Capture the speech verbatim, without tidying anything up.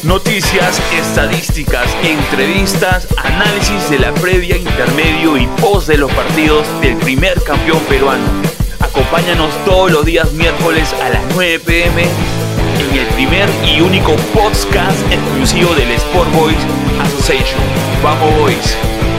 Noticias, estadísticas, entrevistas, análisis de la previa, intermedio y post de los partidos del primer campeón peruano. Acompáñanos todos los días miércoles a las nueve pm en el primer y único podcast exclusivo del Sport Boys Association. ¡Vamos, Boys!